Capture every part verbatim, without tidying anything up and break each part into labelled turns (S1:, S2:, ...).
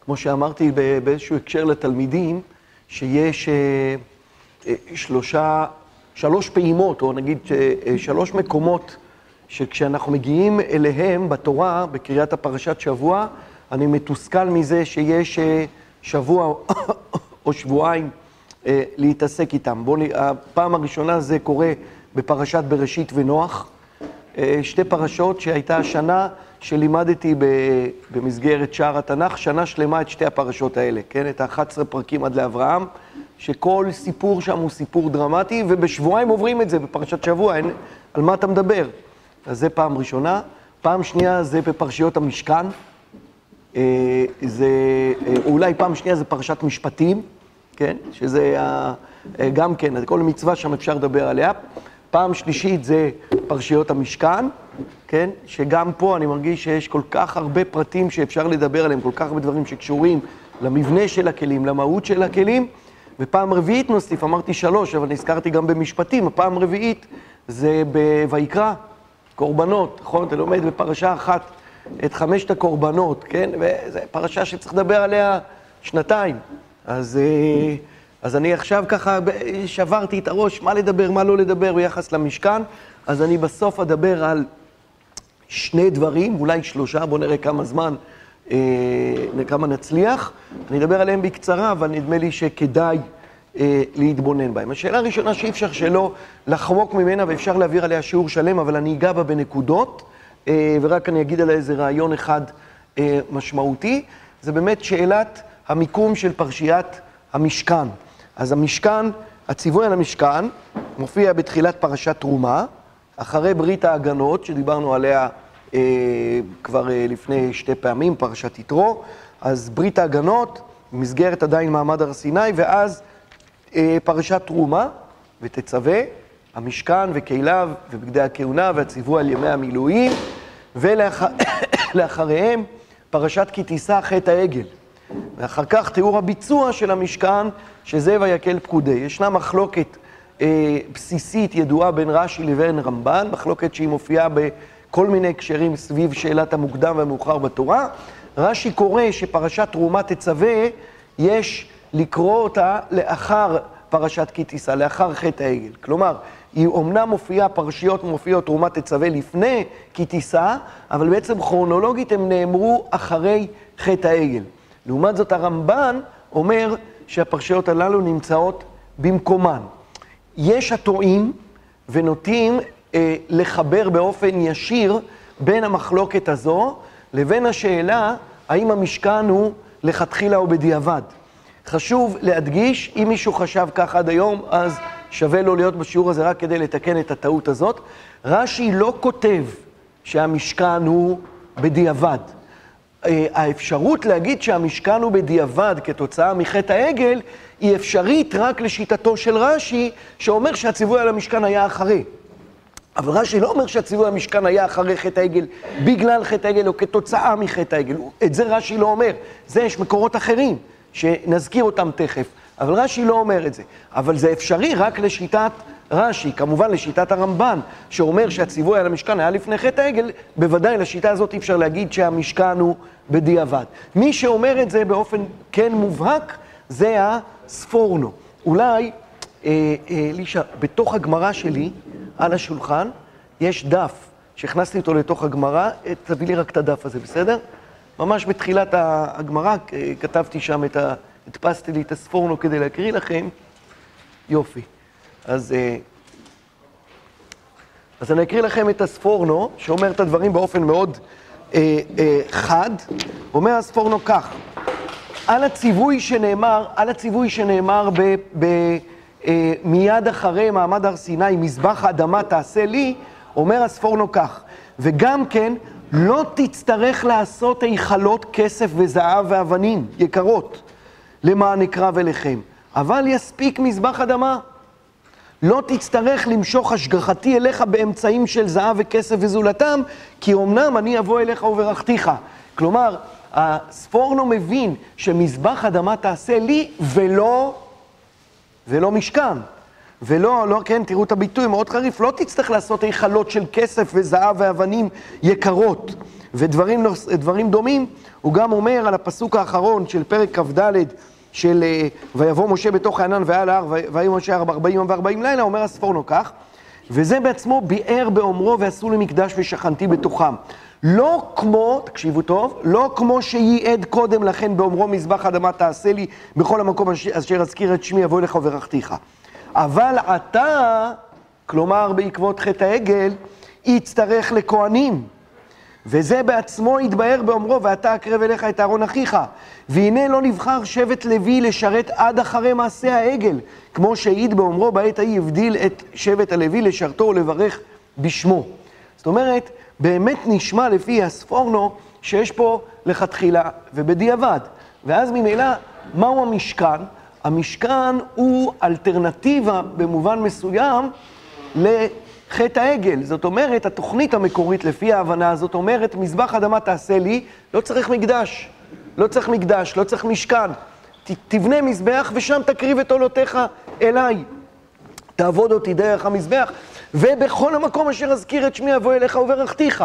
S1: כמו שאמרתי באיזשהו הקשר לתלמידים, שיש שלושה, שלוש פעימות, או נגיד שלוש מקומות, שכשאנחנו מגיעים אליהם בתורה, בקריאת הפרשת שבוע, אני מתוסכל מזה שיש שבוע או שבועיים להתעסק איתם. בואו, הפעם הראשונה זה קורה בפרשת בראשית ונוח, שתי פרשות שהייתה השנה שלימדתי במסגרת שער התנ"ך, שנה שלמה את שתי הפרשות האלה, כן? את ה-אחד עשר פרקים עד לאברהם, שכל סיפור שם הוא סיפור דרמטי, ובשבועיים עוברים את זה בפרשת שבוע, אין, על מה אתה מדבר? אז זה פעם ראשונה. פעם שנייה זה בפרשיות המשכן, זה, אולי פעם שנייה זה פרשת משפטים, כן? שזה גם כן, כל מצווה שם אפשר לדבר עליה. פעם שלישית זה פרשיות המשכן, כן? שגם פה אני מרגיש שיש כל כך הרבה פרטים שאפשר לדבר עליהם, כל כך הרבה דברים שקשורים למבנה של הכלים, למהות של הכלים. ופעם רביעית נוסיף, אמרתי שלוש, אבל נזכרתי גם במשפטים, הפעם רביעית זה בויקרא, קורבנות, נכון? אתה לומד בפרשה אחת את חמשת הקורבנות, כן? וזו פרשה שצריך לדבר עליה שנתיים. אז, אז אני עכשיו ככה שברתי את הראש, מה לדבר, מה לא לדבר ביחס למשכן. אז אני בסוף אדבר על שני דברים, אולי שלושה, בואו נראה כמה זמן, אה, כמה נצליח. אני אדבר עליהם בקצרה, אבל נדמה לי שכדאי אה, להתבונן בהם. השאלה הראשונה שאי אפשר שלא לחמוק ממנה, ואפשר להעביר עליה שיעור שלם, אבל אני אגע בה בנקודות, אה, ורק אני אגיד עליה איזה רעיון אחד אה, משמעותי. זה באמת שאלת המיקום של פרשיית המשכן. אז המשכן, הציווי על המשכן, מופיע בתחילת פרשת תרומה, אחרי ברית ההגנות, שדיברנו עליה אה, כבר אה, לפני שתי פעמים, פרשת יתרו, אז ברית ההגנות, מסגרת עדיין מעמד הר סיני, ואז אה, פרשת תרומה, ותצווה, המשכן וכליו ובגדי הכהונה והציווי על ימי המילואים, ולאחריהם פרשת כי תישא חטא העגל. ואחר כך תיאור הביצוע של המשכן, שזה ויקל פקודי. ישנה מחלוקת אה, בסיסית ידועה בין רש"י לבין רמב"ן, מחלוקת שהיא מופיעה בכל מיני הקשרים סביב שאלת המוקדם והמאוחר בתורה. רש"י קורא שפרשת תרומה תצווה, יש לקרוא אותה לאחר פרשת כי תישא, לאחר חטא העגל. כלומר, היא אומנם מופיעה, פרשיות מופיעות תרומה תצווה לפני כי תישא, אבל בעצם כרונולוגית הם נאמרו אחרי חטא העגל. לעומת זאת הרמב"ן אומר שהפרשיות הללו נמצאות במקומן. יש הטועים ונוטים אה, לחבר באופן ישיר בין המחלוקת הזו לבין השאלה האם המשכן הוא לכתחילה או בדיעבד. חשוב להדגיש, אם מישהו חשב כך עד היום, אז שווה לו להיות בשיעור הזה רק כדי לתקן את הטעות הזאת. רש"י לא כותב שהמשכן הוא בדיעבד. האפשרות להגיד שהמשכן הוא בדיעבד כתוצאה מחטא העגל, היא אפשרית רק לשיטתו של רש"י, שאומר שהציווי על המשכן היה אחרי. אבל רש"י לא אומר שהציווי על המשכן היה אחרי חטא העגל, בגלל חטא העגל או כתוצאה מחטא העגל. את זה רש"י לא אומר. זה יש מקורות אחרים, שנזכיר אותם תכף. אבל רש"י לא אומר את זה. אבל זה אפשרי רק לשיטת רש"י, כמובן לשיטת הרמב"ן, שאומר שהציווי על המשכן היה לפני חטא העגל, בוודאי לשיטה הזאת אי אפשר להגיד שהמשכן הוא בדיעבד. מי שאומר את זה באופן כן מובהק, זה הספורנו. אולי, אה, אה, לישה, בתוך הגמרא שלי, על השולחן, יש דף שהכנסתי אותו לתוך הגמרא, תביא לי רק את הדף הזה, בסדר? ממש בתחילת הגמרא כתבתי שם את ה... הדפסתי לי את הספורנו כדי להקריא לכם. יופי. אז, אז אני אקריא לכם את הספורנו, שאומר את הדברים באופן מאוד אה, אה, חד. אומר הספורנו כך, על הציווי שנאמר, על הציווי שנאמר ב, ב, אה, מיד אחרי מעמד הר סיני, מזבח האדמה תעשה לי, אומר הספורנו כך, וגם כן, לא תצטרך לעשות היכלות כסף וזהב ואבנים יקרות, למען אקרב אליכם, אבל יספיק מזבח אדמה. לא תצטרך למשוך השגחתי אליך באמצעים של זהב וכסף וזולתם, כי אמנם אני אבוא אליך וברכתיך. כלומר, הספורנו מבין שמזבח אדמה תעשה לי ולא, ולא משכן. ולא, לא, כן, תראו את הביטוי, מאוד חריף, לא תצטרך לעשות היכלות של כסף וזהב ואבנים יקרות ודברים דברים דומים. הוא גם אומר על הפסוק האחרון של פרק כ"ד של ויבוא משה בתוך הענן ועלה להר ויהי משה ארבעים יום וארבעים לילה, אומר הספורנו כך, וזה בעצמו ביאר באומרו ועשו לי מקדש ושכנתי בתוכם. לא כמו, תקשיבו טוב, לא כמו שייעד קודם לכן באומרו מזבח אדמה תעשה לי בכל המקום אשר אזכיר את שמי יבוא אליך וברכתיך. אבל עתה, כלומר בעקבות חטא העגל, יצטרך לכהנים. וזה בעצמו יתבאר באומרו, ואתה אקרב אליך את אהרון אחיך. והנה לא נבחר שבט לוי לשרת עד אחרי מעשה העגל, כמו שהעיד באומרו, בעת ההיא הבדיל את שבט הלוי לשרתו ולברך בשמו. זאת אומרת, באמת נשמע לפי הספורנו שיש פה לכתחילה ובדיעבד. ואז ממילא, מהו המשכן? המשכן הוא אלטרנטיבה במובן מסוים לחטא העגל. זאת אומרת, התוכנית המקורית לפי ההבנה הזאת אומרת, מזבח אדמה תעשה לי, לא צריך מקדש, לא צריך מקדש, לא צריך משכן. ת, תבנה מזבח ושם תקריב את עולותיך אליי. תעבוד אותי דרך המזבח, ובכל המקום אשר אזכיר את שמי אבוא אליך וברכתיך.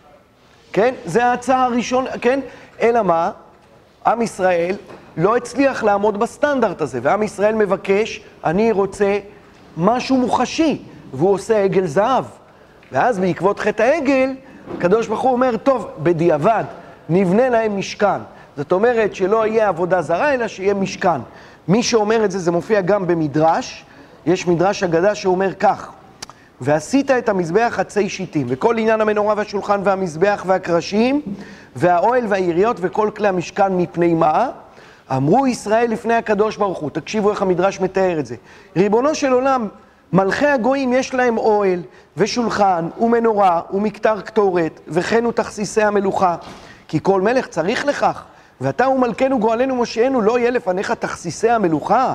S1: כן? זה ההצעה הראשונה, כן? אלא מה? עם ישראל לא הצליח לעמוד בסטנדרט הזה, ועם ישראל מבקש, אני רוצה משהו מוחשי, והוא עושה עגל זהב. ואז בעקבות חטא העגל, הקדוש ברוך הוא אומר, טוב, בדיעבד, נבנה להם משכן. זאת אומרת שלא יהיה עבודה זרה, אלא שיהיה משכן. מי שאומר את זה, זה מופיע גם במדרש, יש מדרש אגדה שאומר כך, ועשית את המזבח עצי שיטים, וכל עניין המנורה והשולחן והמזבח והקרשים, והאוהל והיריות וכל כלי המשכן מפני מה? אמרו ישראל לפני הקדוש ברוך הוא, תקשיבו איך המדרש מתאר את זה. ריבונו של עולם, מלכי הגויים יש להם אוהל ושולחן ומנורה ומקטר קטורת, וכן הוא תכסיסי המלוכה, כי כל מלך צריך לכך, ואתה הוא מלכנו גואלנו משיענו, לא יהיה לפניך תכסיסי המלוכה,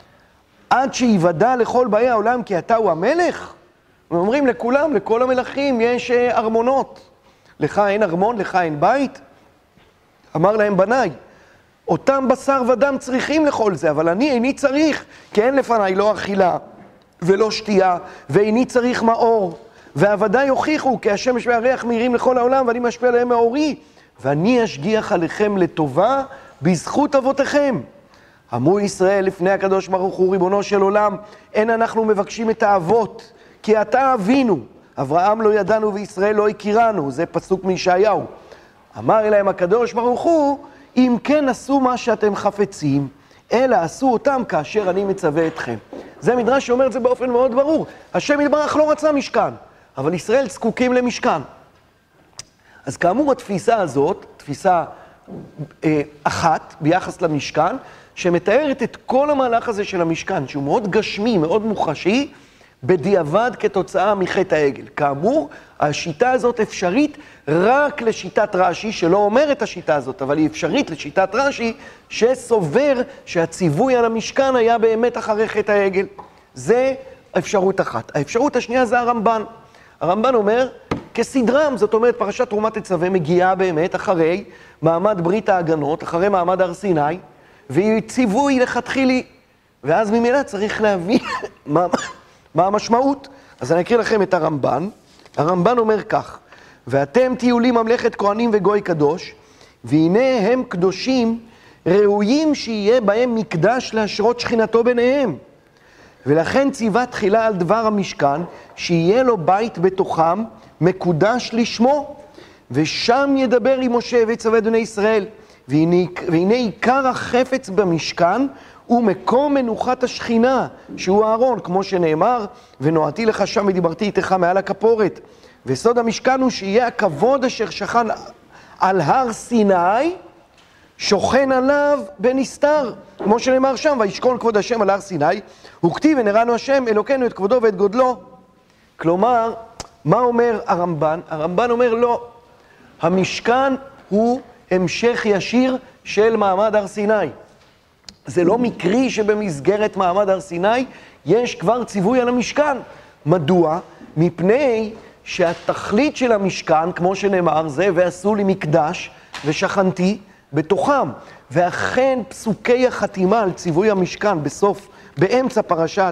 S1: עד שיוודע לכל באי העולם כי אתה הוא המלך. ואומרים לכולם, לכל המלכים יש ארמונות. לך אין ארמון, לך אין בית. אמר להם בניי, אותם בשר ודם צריכים לכל זה, אבל אני איני צריך, כי אין לפניי לא אכילה ולא שתייה, ואיני צריך מאור. והוודאי יוכיחו, כי השמש והריח מאירים לכל העולם, ואני משפיע עליהם מאורי, ואני אשגיח עליכם לטובה בזכות אבותיכם. אמרו ישראל לפני הקדוש ברוך הוא, ריבונו של עולם, אין אנחנו מבקשים את האבות, כי אתה אבינו, אברהם לא ידענו וישראל לא הכירנו, זה פסוק מישעיהו. אמר אליהם הקדוש ברוך הוא, אם כן עשו מה שאתם חפצים, אלא עשו אותם כאשר אני מצווה אתכם. זה מדרש שאומר את זה באופן מאוד ברור. השם יתברך לא רצה משכן, אבל ישראל זקוקים למשכן. אז כאמור התפיסה הזאת, תפיסה אה, אחת ביחס למשכן, שמתארת את כל המהלך הזה של המשכן, שהוא מאוד גשמי, מאוד מוחשי, בדיעבד כתוצאה מחטא העגל. כאמור, השיטה הזאת אפשרית רק לשיטת רש"י, שלא אומר את השיטה הזאת, אבל היא אפשרית לשיטת רש"י, שסובר שהציווי על המשכן היה באמת אחרי חטא העגל. זה אפשרות אחת. האפשרות השנייה זה הרמב"ן. הרמב"ן אומר, כסדרם, זאת אומרת, פרשת תרומת תצווה מגיעה באמת אחרי מעמד ברית ההגנות, אחרי מעמד הר סיני, והיא ציווי לכתחילי, ואז ממילא צריך להבין מה, מה המשמעות. אז אני אקריא לכם את הרמב"ן. הרמב"ן אומר כך, ואתם תהיו לי ממלכת כהנים וגוי קדוש, והנה הם קדושים, ראויים שיהיה בהם מקדש להשרות שכינתו ביניהם. ולכן ציווה תחילה על דבר המשכן, שיהיה לו בית בתוכם, מקודש לשמו, ושם ידבר עם משה ויצווה בני ישראל. והנה, והנה עיקר החפץ במשכן הוא מקום מנוחת השכינה, שהוא הארון, כמו שנאמר, ונועדתי לך שם ודיברתי איתך מעל הכפורת. וסוד המשכן הוא שיהיה הכבוד אשר שכן על הר סיני, שוכן עליו בנסתר, כמו שנאמר שם, וישכון כבוד השם על הר סיני, וכתיב ונראנו השם אלוקינו את כבודו ואת גודלו. כלומר, מה אומר הרמב"ן? הרמב"ן אומר לא, המשכן הוא המשך ישיר של מעמד הר סיני. זה לא מקרי שבמסגרת מעמד הר סיני יש כבר ציווי על המשכן. מדוע? מפני שהתכלית של המשכן, כמו שנאמר, זה ועשו לי מקדש ושכנתי בתוכם. ואכן פסוקי החתימה על ציווי המשכן בסוף, באמצע פרשת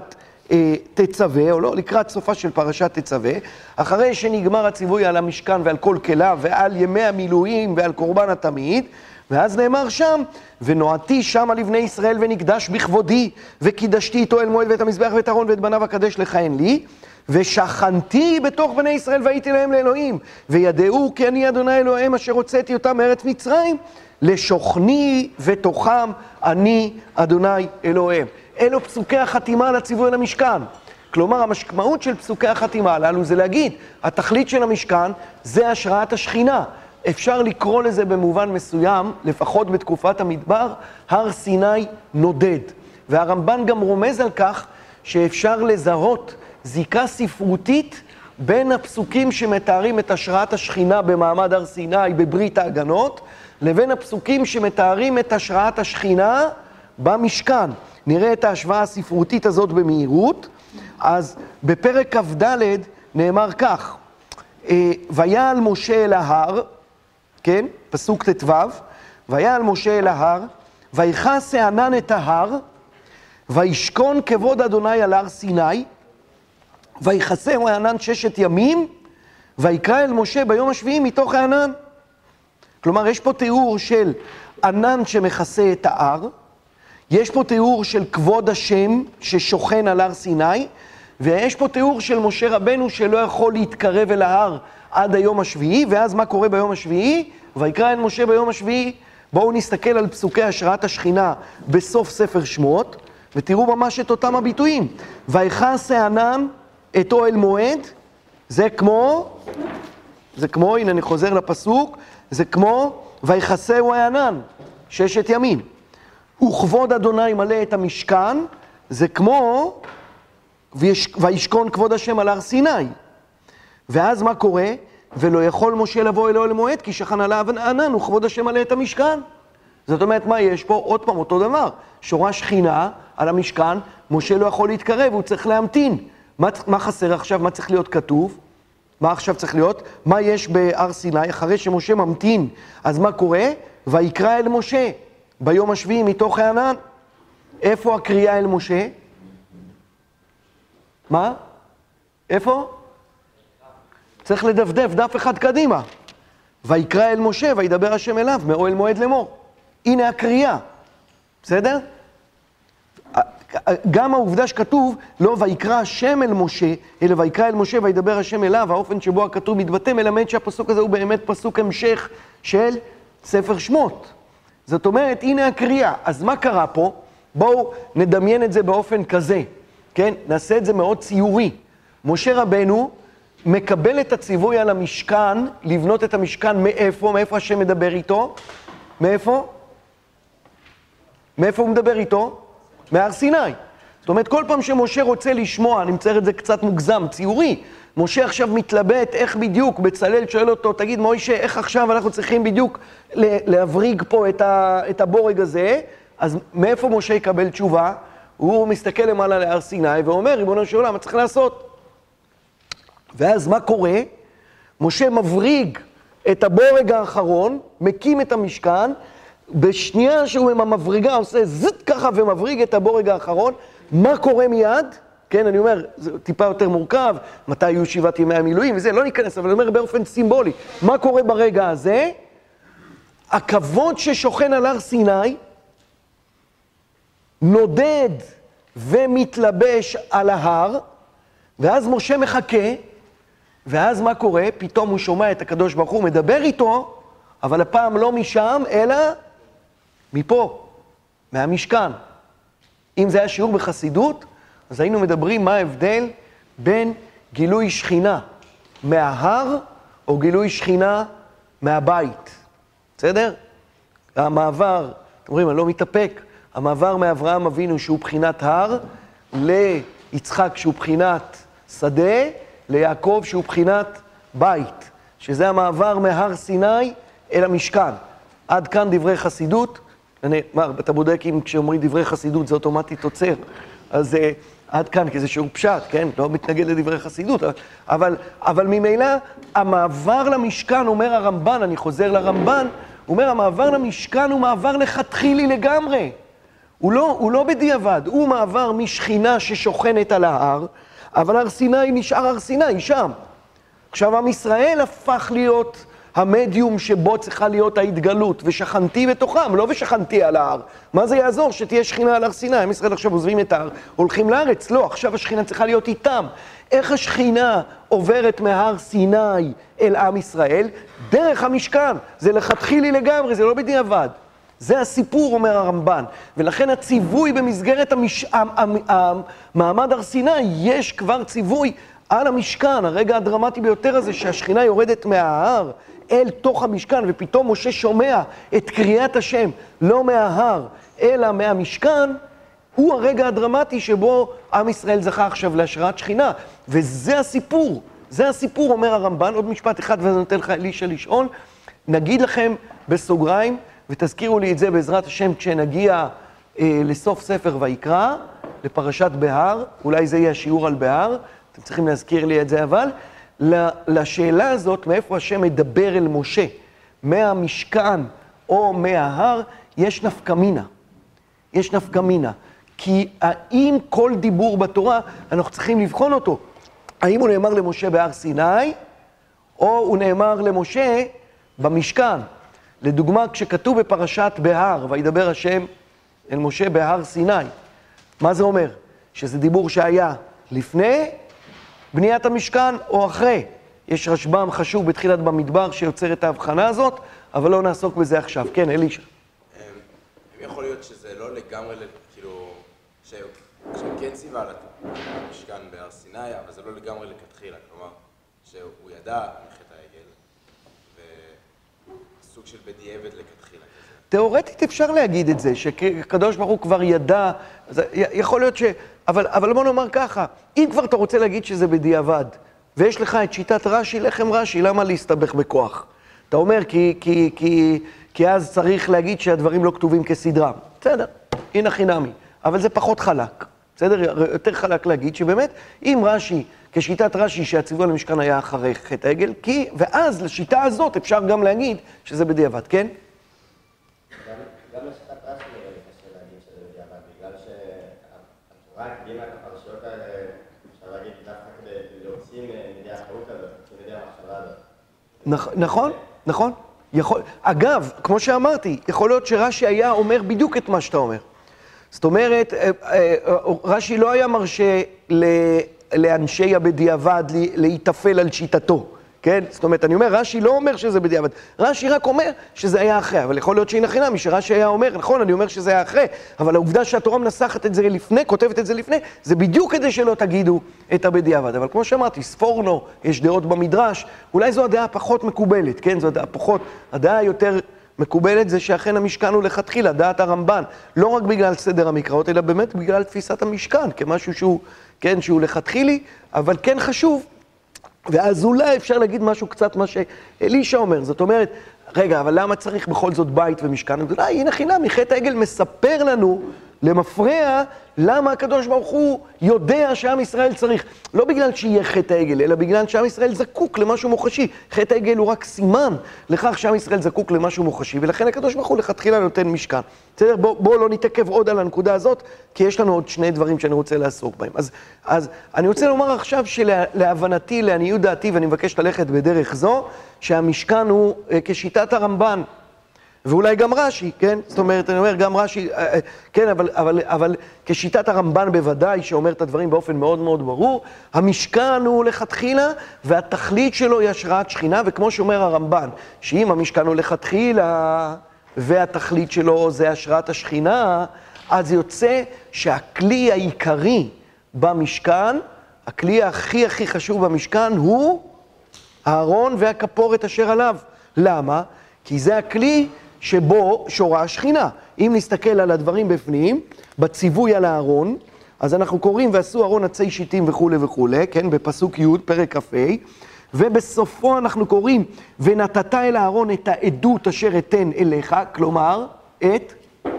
S1: תצווה, או לא, לקראת סופה של פרשת תצווה, אחרי שנגמר הציווי על המשכן ועל כל כליו ועל ימי המילואים ועל קורבן התמיד, ואז נאמר שם, ונועדתי שם על לבני ישראל ונקדש בכבודי, וקידשתי איתו אל מועד ואת המזבח ואת אהרון ואת בניו אקדש לכהן לי, ושכנתי בתוך בני ישראל והייתי להם לאלוהים, וידעו כי אני אדוני אלוהיהם אשר הוצאתי אותם מארץ מצרים, לשוכני ותוכם אני אדוני אלוהיהם. אלו פסוקי החתימה על הציווי על המשכן. כלומר, המשמעות של פסוקי החתימה הללו זה להגיד, התכלית של המשכן זה השראת השכינה. אפשר לקרוא לזה במובן מסוים, לפחות בתקופת המדבר, הר סיני נודד. והרמב"ן גם רומז על כך שאפשר לזהות זיקה ספרותית בין הפסוקים שמתארים את השראת השכינה במעמד הר סיני בברית ההגנות, לבין הפסוקים שמתארים את השראת השכינה במשכן. נראה את ההשוואה הספרותית הזאת במהירות. אז בפרק כ"ד נאמר כך, ויעל משה אל ההר, כן, פסוק ט"ו, ויעל משה אל ההר, ויכס הענן את ההר, וישכון כבוד אדוני על הר סיני, ויכסהו הענן ששת ימים, ויקרא אל משה ביום השביעי מתוך הענן. כלומר, יש פה תיאור של ענן שמכסה את ההר, יש פה תיאור של כבוד השם ששוכן על הר סיני, ויש פה תיאור של משה רבנו שלא יכול להתקרב אל ההר עד היום השביעי, ואז מה קורה ביום השביעי? ויקרא אל משה ביום השביעי. בואו נסתכל על פסוקי השראת השכינה בסוף ספר שמות, ותראו ממש את אותם הביטויים. ויכס הענן את אוהל מועד, זה כמו, זה כמו, הנה אני חוזר לפסוק, זה כמו, ויכסהו הענן, ששת ימים. וכבוד אדוני מלא את המשכן, זה כמו, וישכון כבוד השם על הר סיני. ואז מה קורה? ולא יכול משה לבוא אל אוהל מועד, כי שכן עליו הענן, וכבוד השם מלא את המשכן. זאת אומרת, מה יש פה? עוד פעם אותו דבר. שורה שכינה על המשכן, משה לא יכול להתקרב, הוא צריך להמתין. מה, מה חסר עכשיו? מה צריך להיות כתוב? מה עכשיו צריך להיות? מה יש בהר סיני? אחרי שמשה ממתין, אז מה קורה? ויקרא אל משה ביום השביעי מתוך הענן. איפה הקריאה אל משה? מה? איפה? צריך לדפדף דף אחד קדימה. ויקרא אל משה וידבר השם אליו מאוהל מועד לאמור. הנה הקריאה. בסדר? גם העובדה שכתוב לא ויקרא השם אל משה, אלא ויקרא אל משה וידבר השם אליו, האופן שבו הכתוב מתבטא מלמד שהפסוק הזה הוא באמת פסוק המשך של ספר שמות. זאת אומרת, הנה הקריאה. אז מה קרה פה? בואו נדמיין את זה באופן כזה. כן? נעשה את זה מאוד ציורי. משה רבנו מקבל את הציווי על המשכן, לבנות את המשכן מאיפה? מאיפה השם מדבר איתו? מאיפה? מאיפה הוא מדבר איתו? מהר סיני. זאת אומרת, כל פעם שמשה רוצה לשמוע, אני מצייר את זה קצת מוגזם, ציורי, משה עכשיו מתלבט איך בדיוק, בצלאל שואל אותו, תגיד מוישה, איך עכשיו אנחנו צריכים בדיוק להבריג פה את, ה, את הבורג הזה, אז מאיפה משה יקבל תשובה? הוא מסתכל למעלה להר סיני ואומר, ריבונו של עולם, מה צריך לעשות? ואז מה קורה? משה מבריג את הבורג האחרון, מקים את המשכן, בשנייה שהוא עם המבריגה עושה זט ככה ומבריג את הבורג האחרון, מה קורה מיד? כן, אני אומר, זה טיפה יותר מורכב, מתי יהיו שבעת ימי המילואים וזה, לא ניכנס, אבל אני אומר באופן סימבולי, מה קורה ברגע הזה? הכבוד ששוכן על הר סיני, נודד ומתלבש על ההר, ואז משה מחכה, ואז מה קורה? פתאום הוא שומע את הקדוש ברוך הוא, מדבר איתו, אבל הפעם לא משם, אלא מפה, מהמשכן. אם זה היה שיעור בחסידות, אז היינו מדברים מה ההבדל בין גילוי שכינה מההר, או גילוי שכינה מהבית. בסדר? המעבר, אתם רואים, אני לא מתאפק, המעבר מאברהם אבינו שהוא בחינת הר, ליצחק שהוא בחינת שדה, ליעקב שהוא בחינת בית, שזה המעבר מהר סיני אל המשכן. עד כאן דברי חסידות. אני, מה, אתה בודק אם כשאומרים דברי חסידות זה אוטומטית עוצר, אז uh, עד כאן, כי זה שיעור פשט, כן? לא מתנגד לדברי חסידות, אבל, אבל ממילא המעבר למשכן, אומר הרמב"ן, אני חוזר לרמב"ן, הוא אומר, המעבר למשכן הוא מעבר לכתחילי לגמרי. הוא לא, הוא לא בדיעבד, הוא מעבר משכינה ששוכנת על ההר, אבל הר סיני נשאר הר סיני, שם. עכשיו, עם ישראל הפך להיות המדיום שבו צריכה להיות ההתגלות, ושכנתי בתוכם, לא ושכנתי על ההר. מה זה יעזור שתהיה שכינה על הר סיני? עם ישראל עכשיו עוזבים את ההר, הולכים לארץ? לא, עכשיו השכינה צריכה להיות איתם. איך השכינה עוברת מהר סיני אל עם ישראל? דרך המשכן. זה לכתחילי לגמרי, זה לא בדיעבד. זה הסיפור, אומר הרמב"ן. ולכן הציווי במסגרת המש... המעמד הר סיני, יש כבר ציווי על המשכן, הרגע הדרמטי ביותר הזה, שהשכינה יורדת מההר אל תוך המשכן, ופתאום משה שומע את קריאת השם, לא מההר, אלא מהמשכן, הוא הרגע הדרמטי שבו עם ישראל זכה עכשיו להשראת שכינה. וזה הסיפור, זה הסיפור, אומר הרמב"ן. עוד משפט אחד, ואז נותן לך אלישע לשאול. נגיד לכם בסוגריים, ותזכירו לי את זה בעזרת השם כשנגיע אה, לסוף ספר ויקרא, לפרשת בהר, אולי זה יהיה השיעור על בהר, אתם צריכים להזכיר לי את זה, אבל לשאלה הזאת, מאיפה השם מדבר אל משה, מהמשכן או מההר, יש נפקמינה. יש נפקמינה. כי האם כל דיבור בתורה, אנחנו צריכים לבחון אותו. האם הוא נאמר למשה בהר סיני, או הוא נאמר למשה במשכן. לדוגמה, כשכתוב בפרשת בהר, וידבר השם אל משה בהר סיני, מה זה אומר? שזה דיבור שהיה לפני בניית המשכן או אחרי. יש רשב"ם חשוב בתחילת במדבר שיוצר את ההבחנה הזאת, אבל לא נעסוק בזה עכשיו. כן, אלישע.
S2: אם יכול להיות שזה לא לגמרי, כאילו, שהוא כן ציווה על המשכן בהר סיני, אבל זה לא לגמרי לכתחילה, כלומר, שהוא ידע מחטא העגל, וסוג של בדיעבד לכתחילה.
S1: תיאורטית אפשר להגיד את זה, שקדוש ברוך הוא כבר ידע, יכול להיות ש... אבל, אבל בוא נאמר ככה, אם כבר אתה רוצה להגיד שזה בדיעבד, ויש לך את שיטת רש"י, לחם רש"י, למה להסתבך בכוח? אתה אומר, כי, כי, כי, כי אז צריך להגיד שהדברים לא כתובים כסדרם. בסדר, הנה חינמי, אבל זה פחות חלק. בסדר, יותר חלק להגיד שבאמת, אם רש"י, כשיטת רש"י שהציווי למשכן היה אחרי חטא העגל, כי, ואז לשיטה הזאת אפשר גם להגיד שזה בדיעבד, כן?
S3: גם לשיטת רש"י נראה לי קשה להגיד שזה בדיעבד, בגלל שהתורה הקדימה את הפרשיות האלה, אפשר להגיד, דווקא כדי להוציא מידי האחריות הזאת, מידי המחשבה הזאת.
S1: נכון, נכון. יכול, אגב, כמו שאמרתי, יכול להיות שרש"י היה אומר בדיוק את מה שאתה אומר. זאת אומרת, רש"י לא היה מרשה לאנשי הבדיעבד להתאפל על שיטתו. כן? זאת אומרת, אני אומר, רש"י לא אומר שזה בדיעבד. רש"י רק אומר שזה היה אחרי. אבל יכול להיות שהנה חינמי, שרש"י היה אומר, נכון, אני אומר שזה היה אחרי, אבל העובדה שהתורה מנסחת את זה לפני, כותבת את זה לפני, זה בדיוק כדי שלא תגידו את הבדיעבד. אבל כמו שאמרתי, ספורנו, יש דעות במדרש, אולי זו הדעה פחות מקובלת, כן? זו הדעה פחות, הדעה יותר מקובלת זה שאכן המשכן הוא לכתחילה, דעת הרמב"ן, לא רק בגלל סדר המקראות, אלא באמת בגלל תפיסת המשכן, כמשהו שהוא, כן, שהוא לכתחילי, אבל כן חשוב. ואז אולי אפשר להגיד משהו קצת מה שאלישע אומר, זאת אומרת, רגע, אבל למה צריך בכל זאת בית ומשכן? אולי, הנה חינמי, חטא העגל מספר לנו, למפרע, למה הקדוש ברוך הוא יודע שעם ישראל צריך, לא בגלל שיהיה חטא העגל, אלא בגלל שעם ישראל זקוק למשהו מוחשי. חטא העגל הוא רק סימן לכך שעם ישראל זקוק למשהו מוחשי, ולכן הקדוש ברוך הוא לכתחילה נותן משכן. בסדר? בוא, בוא לא נתעכב עוד על הנקודה הזאת, כי יש לנו עוד שני דברים שאני רוצה לעסוק בהם. אז, אז אני רוצה לומר עכשיו שלהבנתי, לעניות דעתי, ואני מבקש ללכת בדרך זו, שהמשכן הוא כשיטת הרמב"ן, ואולי גם רש"י, כן? זאת אומרת, אני אומר, גם רש"י, כן, אבל, אבל, אבל כשיטת הרמב"ן בוודאי, שאומר את הדברים באופן מאוד מאוד ברור, המשכן הוא לכתחילה, והתכלית שלו היא השראת שכינה, וכמו שאומר הרמב"ן, שאם המשכן הוא לכתחילה, והתכלית שלו זה השראת השכינה, אז יוצא שהכלי העיקרי במשכן, הכלי הכי הכי חשוב במשכן, הוא הארון והכפורת אשר עליו. למה? כי זה הכלי שבו שורה השכינה. אם נסתכל על הדברים בפנים, בציווי על הארון, אז אנחנו קוראים ועשו ארון עצי שיטים וכו' וכו', כן, בפסוק י' פרק כ"ה, ובסופו אנחנו קוראים ונתת אל הארון את העדות אשר אתן אליך, כלומר, את,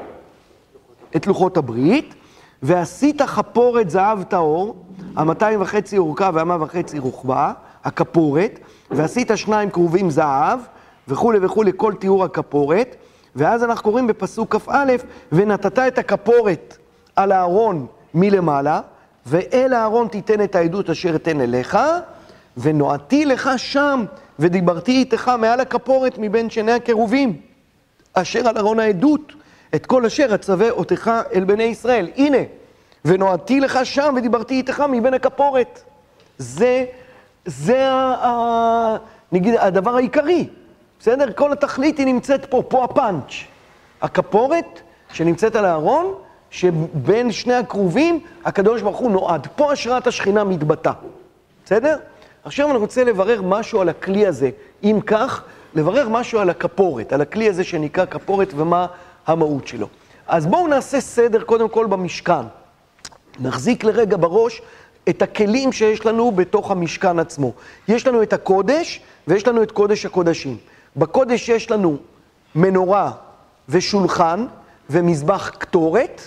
S1: את לוחות הברית, ועשית חפורת זהב טהור, המאתיים וחצי אורכה והמה וחצי רוחבה, הכפורת, ועשית שניים קרובים זהב, וכו' וכו' כל תיאור הכפורת, ואז אנחנו קוראים בפסוק כ"א, ונתת את הכפורת על הארון מלמעלה, ואל הארון תיתן את העדות אשר אתן אליך, ונועתי לך שם, ודיברתי איתך מעל הכפורת מבין שני הקרובים, אשר על ארון העדות, את כל אשר אצווה אותך אל בני ישראל. הנה, ונועתי לך שם, ודיברתי איתך מבין הכפורת. זה, זה ה, ה, נגיד, הדבר העיקרי. בסדר? כל התכלית היא נמצאת פה, פה הפאנץ'. הכפורת שנמצאת על הארון, שבין שני הקרובים, הקדוש ברוך הוא נועד. פה השראת השכינה מתבטא. בסדר? עכשיו אני רוצה לברר משהו על הכלי הזה. אם כך, לברר משהו על הכפורת, על הכלי הזה שנקרא כפורת ומה המהות שלו. אז בואו נעשה סדר קודם כל במשכן. נחזיק לרגע בראש את הכלים שיש לנו בתוך המשכן עצמו. יש לנו את הקודש ויש לנו את קודש הקודשים. בקודש יש לנו מנורה ושולחן ומזבח קטורת,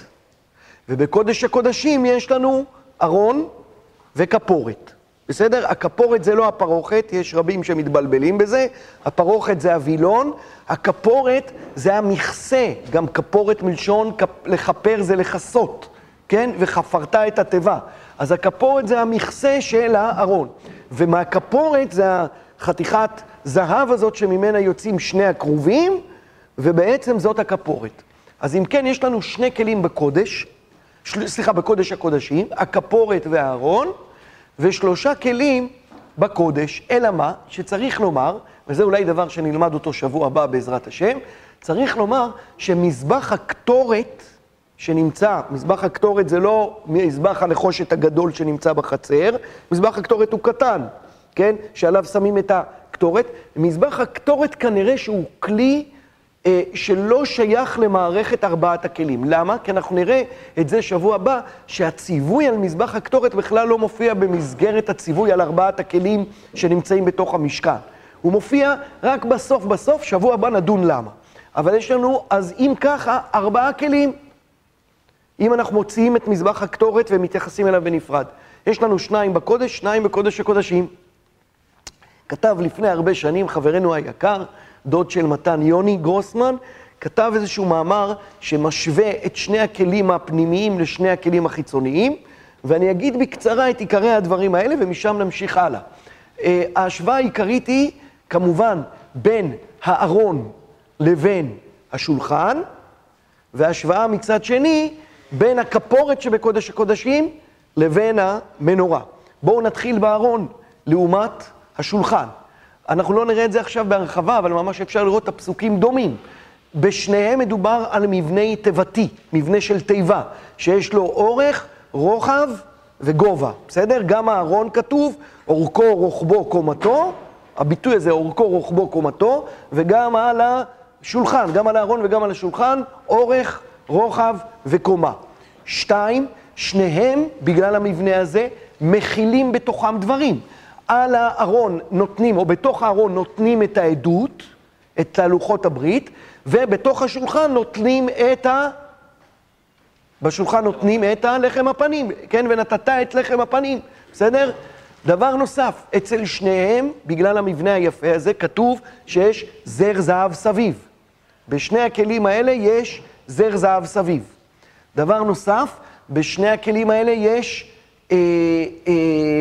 S1: ובקודש הקודשים יש לנו ארון וכפורת. בסדר? הכפורת זה לא הפרוכת, יש רבים שמתבלבלים בזה, הפרוכת זה הווילון, הכפורת זה המכסה, גם כפורת מלשון לכפר זה לחסות, כן? וחפרת את התיבה. אז הכפורת זה המכסה של הארון, ומהכפורת זה החתיכת זהב הזאת שממנה יוצאים שני הקרובים, ובעצם זאת הכפורת. אז אם כן, יש לנו שני כלים בקודש, של... סליחה, בקודש הקודשים, הכפורת והארון, ושלושה כלים בקודש, אלא מה שצריך לומר, וזה אולי דבר שנלמד אותו שבוע הבא בעזרת השם, צריך לומר שמזבח הקטורת שנמצא, מזבח הקטורת זה לא מזבח הנחושת הגדול שנמצא בחצר, מזבח הקטורת הוא קטן, כן? שעליו שמים את הקטורת. מזבח הקטורת כנראה שהוא כלי אה, שלא שייך למערכת ארבעת הכלים. למה? כי אנחנו נראה את זה שבוע הבא, שהציווי על מזבח הקטורת בכלל לא מופיע במסגרת הציווי על ארבעת הכלים שנמצאים בתוך המשכן. הוא מופיע רק בסוף בסוף, שבוע הבא נדון למה. אבל יש לנו, אז אם ככה, ארבעה כלים. אם אנחנו מוציאים את מזבח הקטורת ומתייחסים אליו בנפרד. יש לנו שניים בקודש, שניים בקודש הקודשים. כתב לפני הרבה שנים חברנו היקר, דוד של מתן יוני גרוסמן, כתב איזשהו מאמר שמשווה את שני הכלים הפנימיים לשני הכלים החיצוניים, ואני אגיד בקצרה את עיקרי הדברים האלה ומשם נמשיך הלאה. ההשוואה העיקרית היא כמובן בין הארון לבין השולחן, וההשוואה מצד שני בין הכפורת שבקודש הקודשים לבין המנורה. בואו נתחיל בארון לעומת השולחן. אנחנו לא נראה את זה עכשיו בהרחבה, אבל ממש אפשר לראות את הפסוקים דומים. בשניהם מדובר על מבנה תיבתי, מבנה של תיבה, שיש לו אורך, רוחב וגובה. בסדר? גם הארון כתוב, אורכו, רוחבו, קומתו, הביטוי הזה, אורכו, רוחבו, קומתו, וגם על השולחן, גם על הארון וגם על השולחן, אורך, רוחב וקומה. שתיים, שניהם, בגלל המבנה הזה, מכילים בתוכם דברים. על הארון נותנים, או בתוך הארון נותנים את העדות, את תהלוכות הברית, ובתוך השולחן נותנים את ה... בשולחן נותנים את הלחם הפנים, כן? ונתת את לחם הפנים, בסדר? דבר נוסף, אצל שניהם, בגלל המבנה היפה הזה, כתוב שיש זר זהב סביב. בשני הכלים האלה יש זר זהב סביב. דבר נוסף, בשני הכלים האלה יש אה, אה,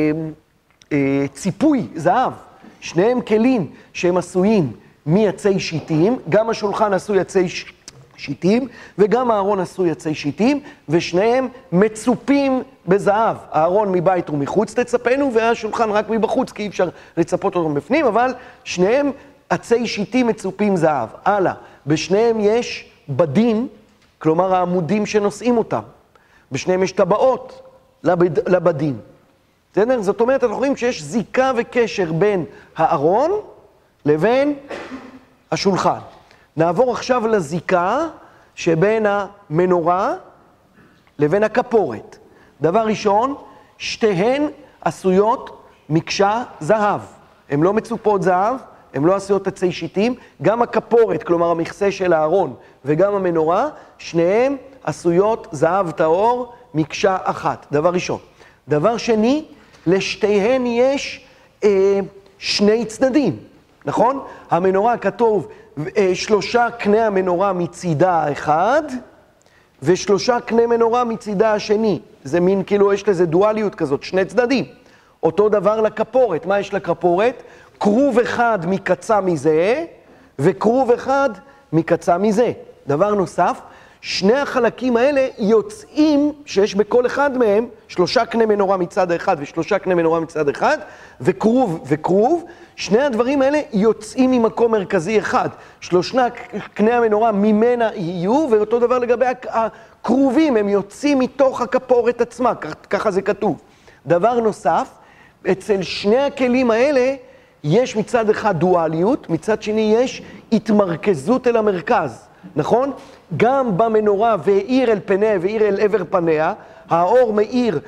S1: אה, ציפוי זהב. שניהם כלים שהם עשויים מעצי שיטים, גם השולחן עשוי עצי שיטים, וגם הארון עשוי עצי שיטים, ושניהם מצופים בזהב. הארון מבית ומחוץ תצפנו, והשולחן רק מבחוץ, כי אי אפשר לצפות אותו בפנים, אבל שניהם עצי שיטים מצופים זהב. הלאה, בשניהם יש בדים, כלומר העמודים שנושאים אותם. בשניהם יש טבעות לבד, לבדים. בסדר? זאת אומרת, אנחנו רואים שיש זיקה וקשר בין הארון לבין השולחן. נעבור עכשיו לזיקה שבין המנורה לבין הכפורת. דבר ראשון, שתיהן עשויות מקשה זהב. הן לא מצופות זהב, הן לא עשויות עצי שיטים. גם הכפורת, כלומר המכסה של הארון, וגם המנורה, שניהם עשויות זהב טהור מקשה אחת. דבר ראשון. דבר שני, לשתיהן יש אה, שני צדדים, נכון? המנורה כתוב, שלושה קני המנורה מצידה האחד, ושלושה קני מנורה מצידה השני. זה מין, כאילו, יש לזה דואליות כזאת, שני צדדים. אותו דבר לכפורת. מה יש לכפורת? קרוב אחד מקצה מזה, וקרוב אחד מקצה מזה. דבר נוסף, שני החלקים האלה יוצאים, שיש בכל אחד מהם, שלושה קני מנורה מצד האחד ושלושה קני מנורה מצד אחד, וקרוב וקרוב, שני הדברים האלה יוצאים ממקום מרכזי אחד. שלושה קני המנורה ממנה יהיו, ואותו דבר לגבי הקרובים, הם יוצאים מתוך הכפורת עצמה, ככה זה כתוב. דבר נוסף, אצל שני הכלים האלה יש מצד אחד דואליות, מצד שני יש התמרכזות אל המרכז, נכון? גם במנורה והאיר אל פניה והאיר אל עבר פניה, האור מאיר,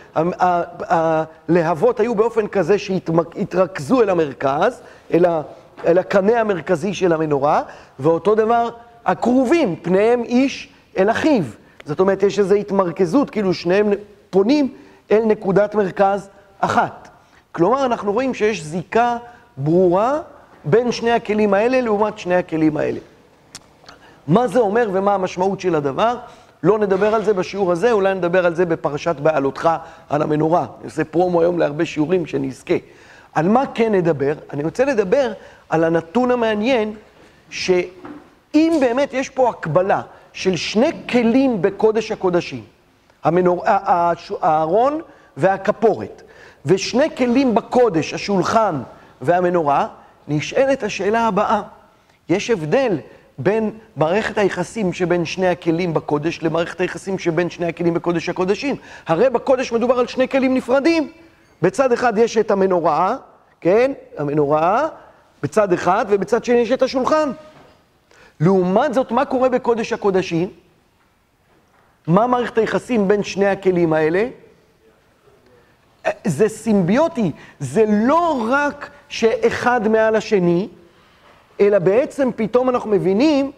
S1: הלהבות היו באופן כזה שהתרכזו אל המרכז, אל, ה, אל הקנה המרכזי של המנורה, ואותו דבר הקרובים, פניהם איש אל אחיו. זאת אומרת, יש איזו התמרכזות, כאילו שניהם פונים אל נקודת מרכז אחת. כלומר, אנחנו רואים שיש זיקה ברורה בין שני הכלים האלה לעומת שני הכלים האלה. מה זה אומר ומה המשמעות של הדבר? לא נדבר על זה בשיעור הזה, אולי נדבר על זה בפרשת בעלותך על המנורה. אני עושה פרומו היום להרבה שיעורים שנזכה. על מה כן נדבר? אני רוצה לדבר על הנתון המעניין, שאם באמת יש פה הקבלה של שני כלים בקודש הקודשים, המנור... הארון והכפורת, ושני כלים בקודש, השולחן והמנורה, נשאלת השאלה הבאה. יש הבדל בין מערכת היחסים שבין שני הכלים בקודש למערכת היחסים שבין שני הכלים בקודש הקודשים. הרי בקודש מדובר על שני כלים נפרדים. בצד אחד יש את המנורה, כן? המנורה, בצד אחד, ובצד שני יש את השולחן. לעומת זאת, מה קורה בקודש הקודשים? מה מערכת היחסים בין שני הכלים האלה? זה סימביוטי, זה לא רק שאחד מעל השני, אלא בעצם פתאום אנחנו מבינים,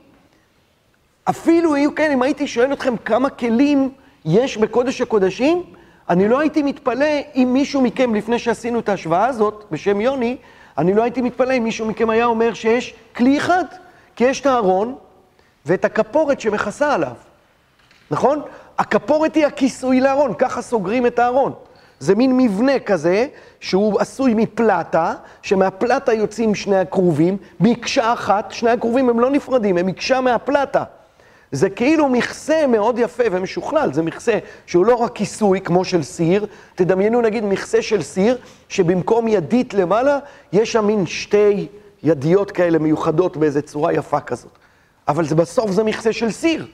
S1: אפילו יהיו כן, אם הייתי שואל אתכם כמה כלים יש בקודש הקודשים, אני לא הייתי מתפלא אם מישהו מכם, לפני שעשינו את ההשוואה הזאת, בשם יוני, אני לא הייתי מתפלא אם מישהו מכם היה אומר שיש כלי אחד, כי יש את הארון ואת הכפורת שמכסה עליו, נכון? הכפורת היא הכיסוי לארון, ככה סוגרים את הארון. זה מין מבנה כזה, שהוא עשוי מפלטה, שמהפלטה יוצאים שני הקרובים, מקשה אחת, שני הקרובים הם לא נפרדים, הם מקשה מהפלטה. זה כאילו מכסה מאוד יפה ומשוכלל, זה מכסה שהוא לא רק כיסוי כמו של סיר, תדמיינו נגיד מכסה של סיר, שבמקום ידית למעלה, יש שם מין שתי ידיות כאלה מיוחדות באיזו צורה יפה כזאת. אבל זה בסוף זה מכסה של סיר.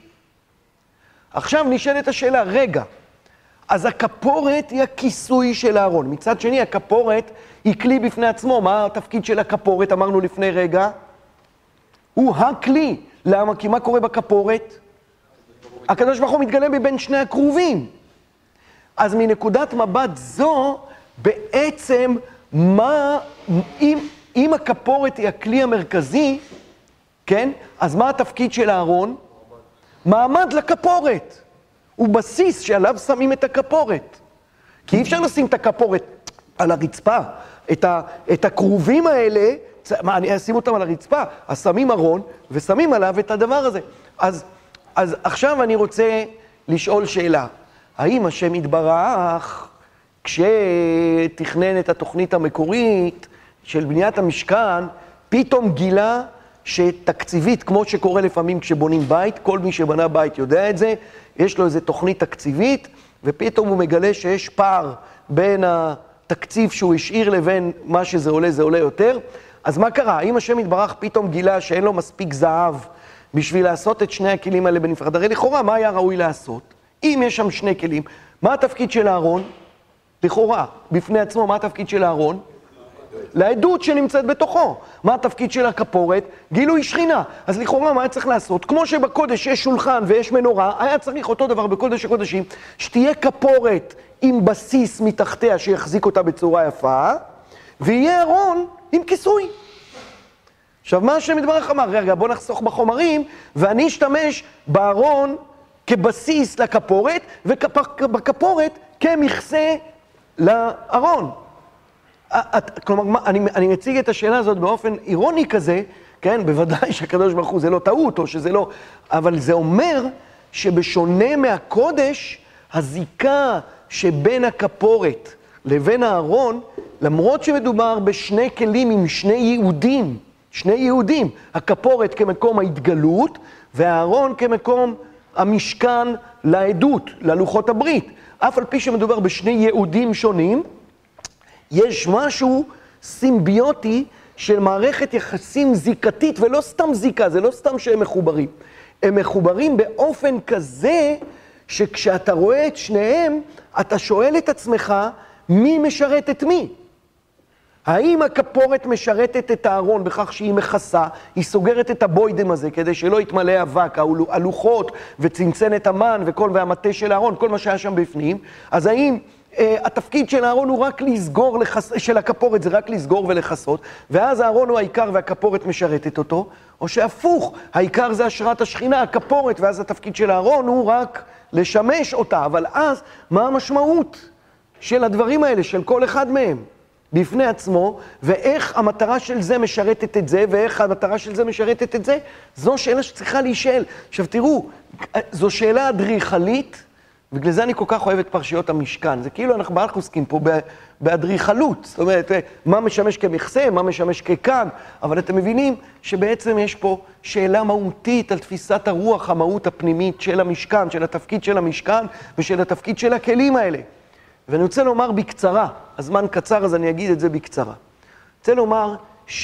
S1: עכשיו נשאלת השאלה, רגע, אז הכפורת היא הכיסוי של הארון. מצד שני, הכפורת היא כלי בפני עצמו. מה התפקיד של הכפורת? אמרנו לפני רגע. הוא הכלי. למה? כי מה קורה בכפורת? הקדוש ברוך הוא מתגלה מבין שני הקרובים. אז מנקודת מבט זו, בעצם, מה, אם, אם הכפורת היא הכלי המרכזי, כן? אז מה התפקיד של הארון? מעמד לכפורת. הוא בסיס שעליו שמים את הכפורת. כי אי אפשר לשים את הכפורת על הרצפה. את, ה, את הקרובים האלה, מה, אני אשים אותם על הרצפה, אז שמים ארון ושמים עליו את הדבר הזה. אז, אז עכשיו אני רוצה לשאול שאלה. האם השם יתברך, כשתכנן את התוכנית המקורית של בניית המשכן, פתאום גילה שתקציבית, כמו שקורה לפעמים כשבונים בית, כל מי שבנה בית יודע את זה, יש לו איזו תוכנית תקציבית, ופתאום הוא מגלה שיש פער בין התקציב שהוא השאיר לבין מה שזה עולה, זה עולה יותר. אז מה קרה? האם השם יתברך פתאום גילה שאין לו מספיק זהב בשביל לעשות את שני הכלים האלה בנפרד? הרי לכאורה, מה היה ראוי לעשות? אם יש שם שני כלים, מה התפקיד של הארון? לכאורה, בפני עצמו, מה התפקיד של הארון? לעדות שנמצאת בתוכו. מה התפקיד של הכפורת? גילוי שכינה. אז לכאורה מה היה צריך לעשות? כמו שבקודש יש שולחן ויש מנורה, היה צריך אותו דבר בקודש הקודשים, שתהיה כפורת עם בסיס מתחתיה שיחזיק אותה בצורה יפה, ויהיה ארון עם כיסוי. עכשיו, מה השם יתברך אמר? רגע, בוא נחסוך בחומרים, ואני אשתמש בארון כבסיס לכפורת, ובכפורת כמכסה לארון. כלומר, אני, אני מציג את השאלה הזאת באופן אירוני כזה, כן? בוודאי שהקדוש ברוך הוא זה לא טעות, או שזה לא... אבל זה אומר שבשונה מהקודש, הזיקה שבין הכפורת לבין הארון, למרות שמדובר בשני כלים עם שני יהודים, שני יהודים, הכפורת כמקום ההתגלות, והארון כמקום המשכן לעדות, ללוחות הברית. אף על פי שמדובר בשני יהודים שונים, יש משהו סימביוטי של מערכת יחסים זיקתית, ולא סתם זיקה, זה לא סתם שהם מחוברים. הם מחוברים באופן כזה, שכשאתה רואה את שניהם, אתה שואל את עצמך, מי משרת את מי? האם הכפורת משרתת את הארון בכך שהיא מכסה, היא סוגרת את הבוידם הזה כדי שלא יתמלא אבק, הלוחות וצנצנת המן וכל והמטה של הארון, כל מה שהיה שם בפנים, אז האם אה, התפקיד של הארון הוא רק לסגור, לחס... של הכפורת זה רק לסגור ולחסות, ואז הארון הוא העיקר והכפורת משרתת אותו, או שהפוך, העיקר זה השראת השכינה, הכפורת, ואז התפקיד של הארון הוא רק לשמש אותה, אבל אז מה המשמעות של הדברים האלה, של כל אחד מהם? בפני עצמו, ואיך המטרה של זה משרתת את זה, ואיך המטרה של זה משרתת את זה, זו שאלה שצריכה להישאל. עכשיו תראו, זו שאלה אדריכלית, ובגלל זה אני כל כך אוהב את פרשיות המשכן. זה כאילו אנחנו בערך עוסקים פה באדריכלות, זאת אומרת, מה משמש כמכסה, מה משמש ככג, אבל אתם מבינים שבעצם יש פה שאלה מהותית על תפיסת הרוח, המהות הפנימית של המשכן, של התפקיד של המשכן ושל התפקיד של הכלים האלה. ואני רוצה לומר בקצרה, הזמן קצר אז אני אגיד את זה בקצרה. אני רוצה לומר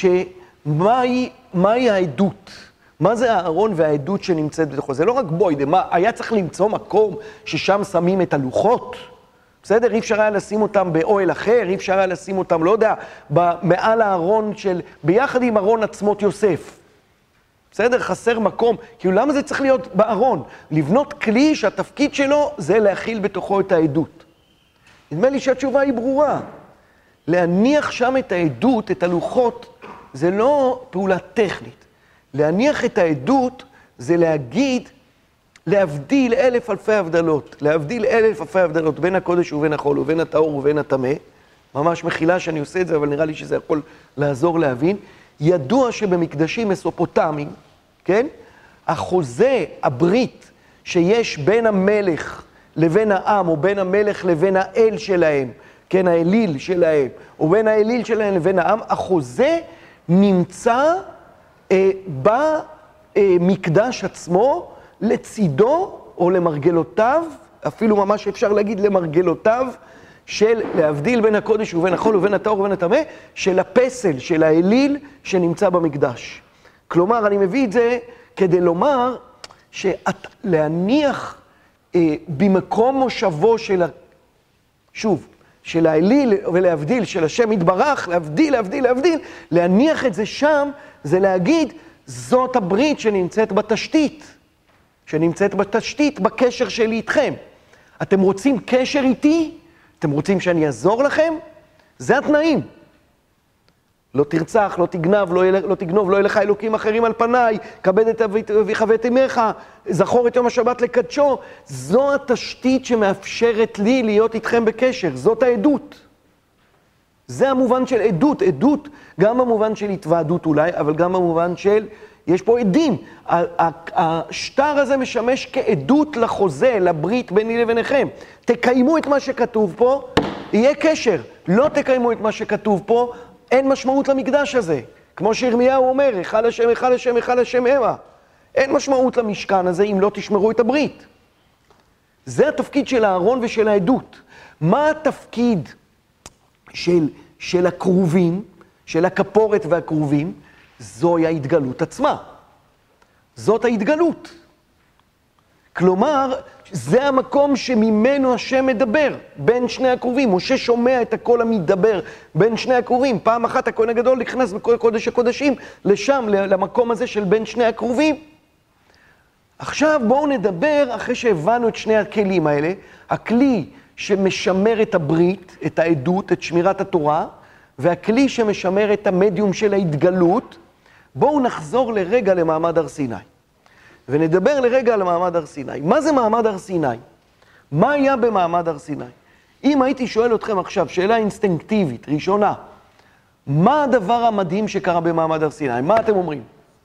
S1: שמהי מהי העדות? מה זה הארון והעדות שנמצאת בתוכו? זה לא רק בוידה, מה, היה צריך למצוא מקום ששם שמים את הלוחות? בסדר? אי אפשר היה לשים אותם באוהל אחר, אי אפשר היה לשים אותם, לא יודע, מעל הארון של, ביחד עם ארון עצמות יוסף. בסדר? חסר מקום. כאילו למה זה צריך להיות בארון? לבנות כלי שהתפקיד שלו זה להכיל בתוכו את העדות. נדמה לי שהתשובה היא ברורה. להניח שם את העדות, את הלוחות, זה לא פעולה טכנית. להניח את העדות זה להגיד, להבדיל אלף אלפי הבדלות, להבדיל אלף אלפי הבדלות בין הקודש ובין החול ובין הטהור ובין הטמא. ממש מחילה שאני עושה את זה, אבל נראה לי שזה יכול לעזור להבין. ידוע שבמקדשים מסופוטמיים, כן? החוזה, הברית שיש בין המלך לבין העם, או בין המלך לבין האל שלהם, כן, האליל שלהם, או בין האליל שלהם לבין העם, החוזה נמצא אה, במקדש עצמו, לצידו או למרגלותיו, אפילו ממש אפשר להגיד למרגלותיו, של להבדיל בין הקודש ובין החול ובין הטהור ובין הטמא, של הפסל, של האליל שנמצא במקדש. כלומר, אני מביא את זה כדי לומר שלהניח אה, במקום מושבו של, ה... שוב, של האליל ולהבדיל, של השם יתברך, להבדיל, להבדיל, להבדיל, להניח את זה שם, זה להגיד, זאת הברית שנמצאת בתשתית, שנמצאת בתשתית בקשר שלי איתכם. אתם רוצים קשר איתי? אתם רוצים שאני אעזור לכם? זה התנאים. לא תרצח, לא תגנב, לא, לא תגנוב, לא יהיה לך אלוקים אחרים על פניי, כבד את אביך ואת אמך, זכור את יום השבת לקדשו. זו התשתית שמאפשרת לי להיות איתכם בקשר, זאת העדות. זה המובן של עדות, עדות גם במובן של התוועדות אולי, אבל גם במובן של, יש פה עדים. השטר הזה משמש כעדות לחוזה, לברית ביני לביניכם. תקיימו את מה שכתוב פה, יהיה קשר. לא תקיימו את מה שכתוב פה, אין משמעות למקדש הזה. כמו שירמיהו אומר, היכל השם, היכל השם, היכל השם המה. אין משמעות למשכן הזה אם לא תשמרו את הברית. זה התפקיד של הארון ושל העדות. מה התפקיד של, של הקרובים, של הכפורת והקרובים? זוהי ההתגלות עצמה. זאת ההתגלות. כלומר, זה המקום שממנו השם מדבר בין שני הקרובים. משה שומע את הקול המדבר בין שני הקרובים. פעם אחת הכהן הגדול נכנס בכל קודש הקודשים לשם, למקום הזה של בין שני הקרובים. עכשיו בואו נדבר, אחרי שהבנו את שני הכלים האלה, הכלי שמשמר את הברית, את העדות, את שמירת התורה, והכלי שמשמר את המדיום של ההתגלות, בואו נחזור לרגע למעמד הר סיני. ונדבר לרגע על מעמד הר סיני. מה זה מעמד הר סיני? מה היה במעמד הר סיני? אם הייתי שואל אתכם עכשיו, שאלה אינסטינקטיבית, ראשונה, מה הדבר המדהים שקרה במעמד הר סיני? מה אתם אומרים?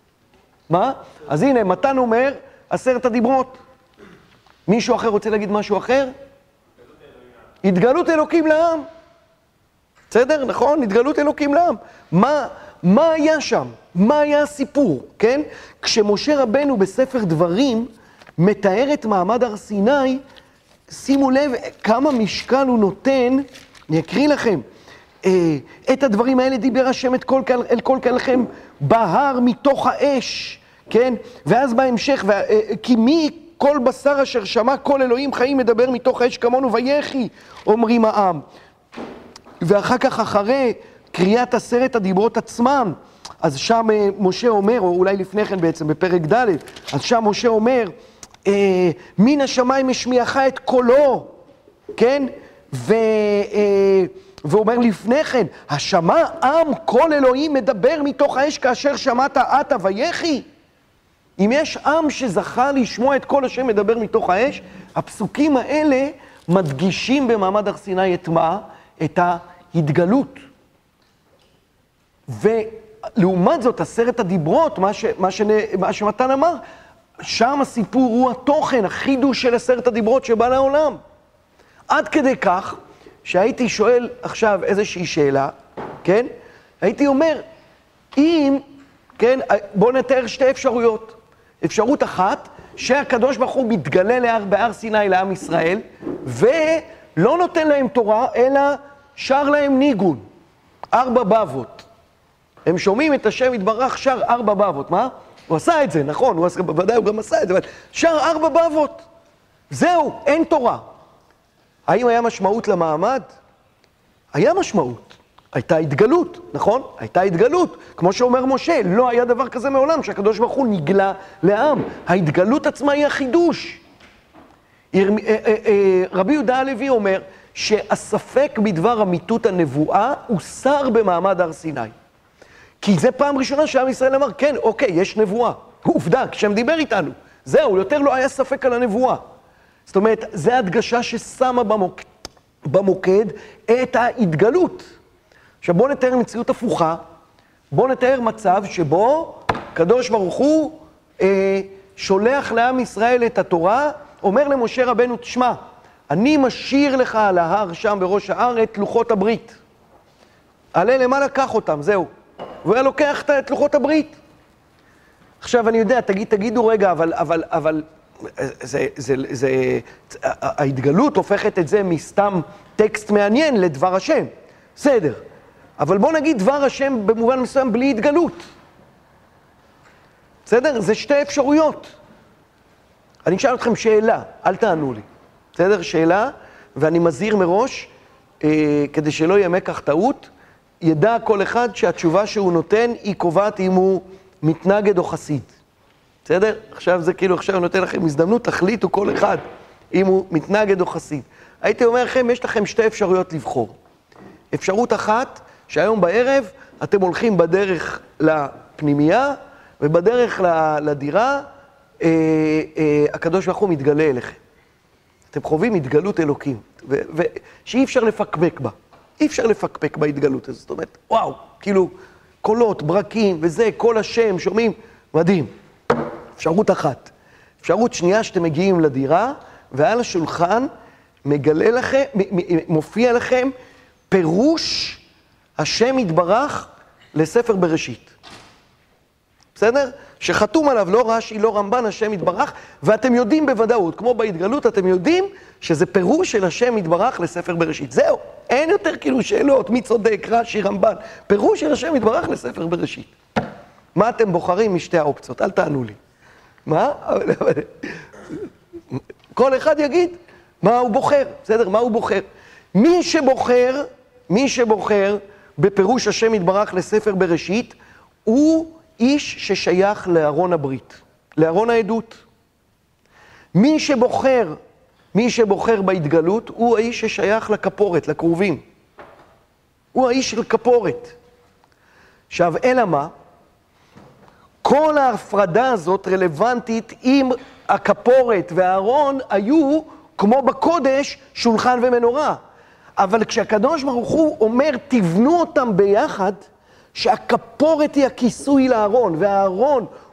S1: מה? אז הנה, מתן אומר, עשרת הדיברות. מישהו אחר רוצה להגיד משהו אחר? התגלות אלוקים לעם. בסדר? נכון? התגלות אלוקים לעם. מה, מה היה שם? מה היה הסיפור? כן? כשמשה רבנו בספר דברים מתאר את מעמד הר סיני, שימו לב כמה משקל הוא נותן, אני אקריא לכם, את הדברים האלה דיבר השם את כל, אל כל קהלכם בהר מתוך האש, כן? ואז בהמשך, כי מי כל בשר אשר שמע כל אלוהים חיים מדבר מתוך האש כמונו ויחי, אומרים העם. ואחר כך אחרי קריאת עשרת הדיברות עצמם, אז שם משה אומר, או אולי לפני כן בעצם בפרק ד', אז שם משה אומר, אה, מן השמיים השמיעך את קולו, כן? ו... אה, ואומר לפני כן, השמע עם כל אלוהים מדבר מתוך האש כאשר שמעת אתה ויחי. אם יש עם שזכה לשמוע את כל השם מדבר מתוך האש, הפסוקים האלה מדגישים במעמד הר סיני את מה? את ההתגלות. ולעומת זאת, עשרת הדיברות, מה, ש, מה, ש, מה שמתן אמר, שם הסיפור הוא התוכן, החידוש של עשרת הדיברות שבא לעולם. עד כדי כך, שהייתי שואל עכשיו איזושהי שאלה, כן? הייתי אומר, אם, כן, בואו נתאר שתי אפשרויות. אפשרות אחת, שהקדוש ברוך הוא מתגלה להר, בהר סיני לעם ישראל, ולא נותן להם תורה, אלא שר להם ניגון, ארבע בבות. הם שומעים את השם יתברך שר ארבע בבות, מה? הוא עשה את זה, נכון, הוא עשה, בוודאי הוא גם עשה את זה, אבל שר ארבע בבות. זהו, אין תורה. האם היה משמעות למעמד? היה משמעות. הייתה התגלות, נכון? הייתה התגלות. כמו שאומר משה, לא היה דבר כזה מעולם, שהקדוש ברוך הוא נגלה לעם. ההתגלות עצמה היא החידוש. רבי יהודה הלוי אומר שהספק בדבר אמיתות הנבואה הוסר במעמד הר סיני. כי זה פעם ראשונה שעם ישראל אמר, כן, אוקיי, יש נבואה. עובדה, כשהם דיבר איתנו. זהו, יותר לא היה ספק על הנבואה. זאת אומרת, זו הדגשה ששמה במוק... במוקד את ההתגלות. עכשיו בואו נתאר מציאות הפוכה, בואו נתאר מצב שבו קדוש ברוך הוא אה, שולח לעם ישראל את התורה, אומר למשה רבנו, תשמע, אני משאיר לך על ההר שם בראש ההר את לוחות הברית. עלה למעלה, קח אותם, זהו. והוא היה לוקח את לוחות הברית. עכשיו אני יודע, תגיד, תגידו רגע, אבל, אבל, אבל, זה, זה, זה, ההתגלות הופכת את זה מסתם טקסט מעניין לדבר השם. בסדר. אבל בוא נגיד דבר השם במובן מסוים בלי התגלות. בסדר? זה שתי אפשרויות. אני אשאל אתכם שאלה, אל תענו לי. בסדר? שאלה, ואני מזהיר מראש, אה, כדי שלא יהיה מקח טעות, ידע כל אחד שהתשובה שהוא נותן היא קובעת אם הוא מתנגד או חסיד. בסדר? עכשיו זה כאילו, עכשיו אני נותן לכם הזדמנות, תחליטו כל אחד אם הוא מתנגד או חסיד. הייתי אומר לכם, יש לכם שתי אפשרויות לבחור. אפשרות אחת, שהיום בערב אתם הולכים בדרך לפנימייה, ובדרך לדירה, אה, אה, הקדוש ברוך הוא מתגלה אליכם. אתם חווים התגלות אלוקים, ושאי אפשר לפקפק בה. אי אפשר לפקפק בהתגלות הזאת. זאת אומרת, וואו, כאילו, קולות, ברקים וזה, כל השם, שומעים, מדהים. אפשרות אחת. אפשרות שנייה שאתם מגיעים לדירה, ועל השולחן מגלה לכם, מופיע לכם פירוש השם יתברך לספר בראשית. בסדר? שחתום עליו לא רש"י, לא רמב"ן, השם יתברך, ואתם יודעים בוודאות, כמו בהתגלות, אתם יודעים שזה פירוש של השם יתברך לספר בראשית. זהו, אין יותר כאילו שאלות, מי צודק, רש"י, רמב"ן, פירוש של השם יתברך לספר בראשית. מה אתם בוחרים משתי האופציות? אל תענו לי. מה? כל אחד יגיד מה הוא בוחר, בסדר? מה הוא בוחר? מי שבוחר, מי שבוחר בפירוש השם יתברך לספר בראשית, הוא איש ששייך לארון הברית, לארון העדות. מי שבוחר, מי שבוחר בהתגלות, הוא האיש ששייך לכפורת, לקרובים. הוא האיש של כפורת. עכשיו, אלא מה? כל ההפרדה הזאת רלוונטית אם הכפורת והארון היו, כמו בקודש, שולחן ומנורה. אבל כשהקדוש ברוך הוא אומר, תבנו אותם ביחד, שהכפורת היא הכיסוי לארון, והארון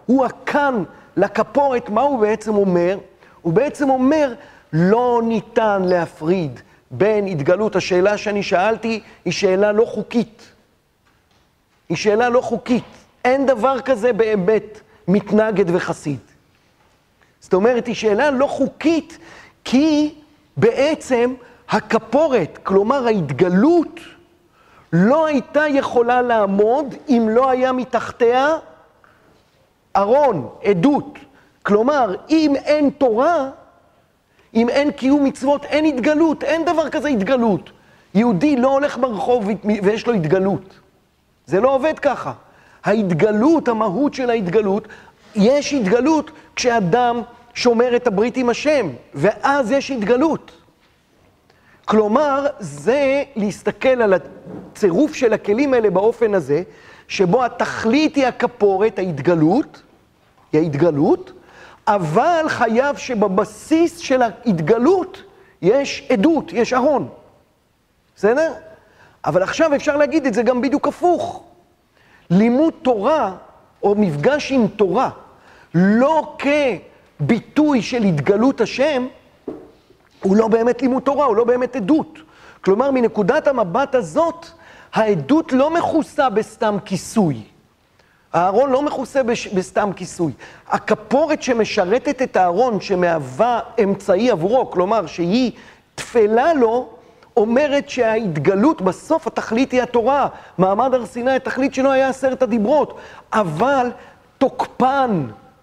S1: הוא הכאן לכפורת, מה הוא בעצם אומר? הוא בעצם אומר, לא ניתן להפריד בין התגלות. השאלה שאני שאלתי היא שאלה לא חוקית. היא שאלה לא חוקית. אין דבר כזה באמת מתנגד וחסיד. זאת אומרת, היא שאלה לא חוקית, כי בעצם הכפורת, כלומר ההתגלות, לא הייתה יכולה לעמוד אם לא היה מתחתיה ארון, עדות. כלומר, אם אין תורה, אם אין קיום מצוות, אין התגלות, אין דבר כזה התגלות. יהודי לא הולך ברחוב ויש לו התגלות. זה לא עובד ככה. ההתגלות, המהות של ההתגלות, יש התגלות כשאדם שומר את הברית עם השם, ואז יש התגלות. כלומר, זה להסתכל על הצירוף של הכלים האלה באופן הזה, שבו התכלית היא הכפורת, ההתגלות, היא ההתגלות, אבל חייב שבבסיס של ההתגלות יש עדות, יש ארון. בסדר? אבל עכשיו אפשר להגיד את זה גם בדיוק הפוך. לימוד תורה, או מפגש עם תורה, לא כביטוי של התגלות השם, הוא לא באמת לימוד תורה, הוא לא באמת עדות. כלומר, מנקודת המבט הזאת, העדות לא מכוסה בסתם כיסוי. הארון לא מכוסה בסתם כיסוי. הכפורת שמשרתת את הארון, שמהווה אמצעי עבורו, כלומר שהיא תפלה לו, אומרת שההתגלות בסוף התכלית היא התורה. מעמד הר סיני, התכלית שלו היה עשרת הדיברות. אבל תוקפן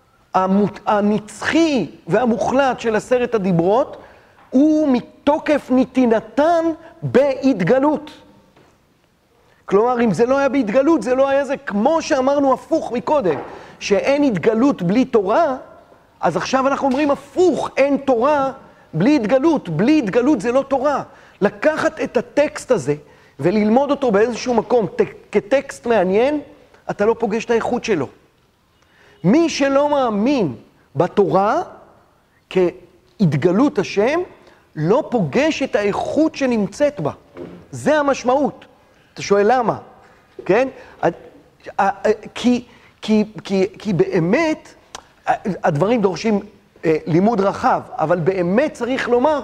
S1: הנצחי והמוחלט של עשרת הדיברות, הוא מתוקף נתינתן בהתגלות. כלומר, אם זה לא היה בהתגלות, זה לא היה זה, כמו שאמרנו הפוך מקודם, שאין התגלות בלי תורה, אז עכשיו אנחנו אומרים הפוך, אין תורה בלי התגלות. בלי התגלות זה לא תורה. לקחת את הטקסט הזה וללמוד אותו באיזשהו מקום כטקסט מעניין, אתה לא פוגש את האיכות שלו. מי שלא מאמין בתורה כהתגלות השם, לא פוגש את האיכות שנמצאת בה. זה המשמעות. אתה שואל למה? כן? כי, כי, כי, כי באמת הדברים דורשים לימוד רחב, אבל באמת צריך לומר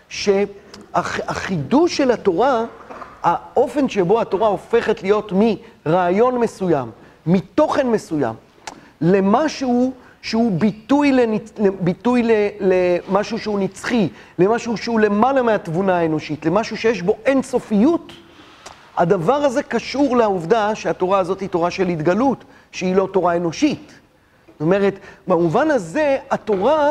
S1: שהחידוש של התורה, האופן שבו התורה הופכת להיות מרעיון מסוים, מתוכן מסוים, למשהו שהוא ביטוי, לנצ... ביטוי למשהו שהוא נצחי, למשהו שהוא למעלה מהתבונה האנושית, למשהו שיש בו אינסופיות, הדבר הזה קשור לעובדה שהתורה הזאת היא תורה של התגלות, שהיא לא תורה אנושית. זאת אומרת, במובן הזה, התורה,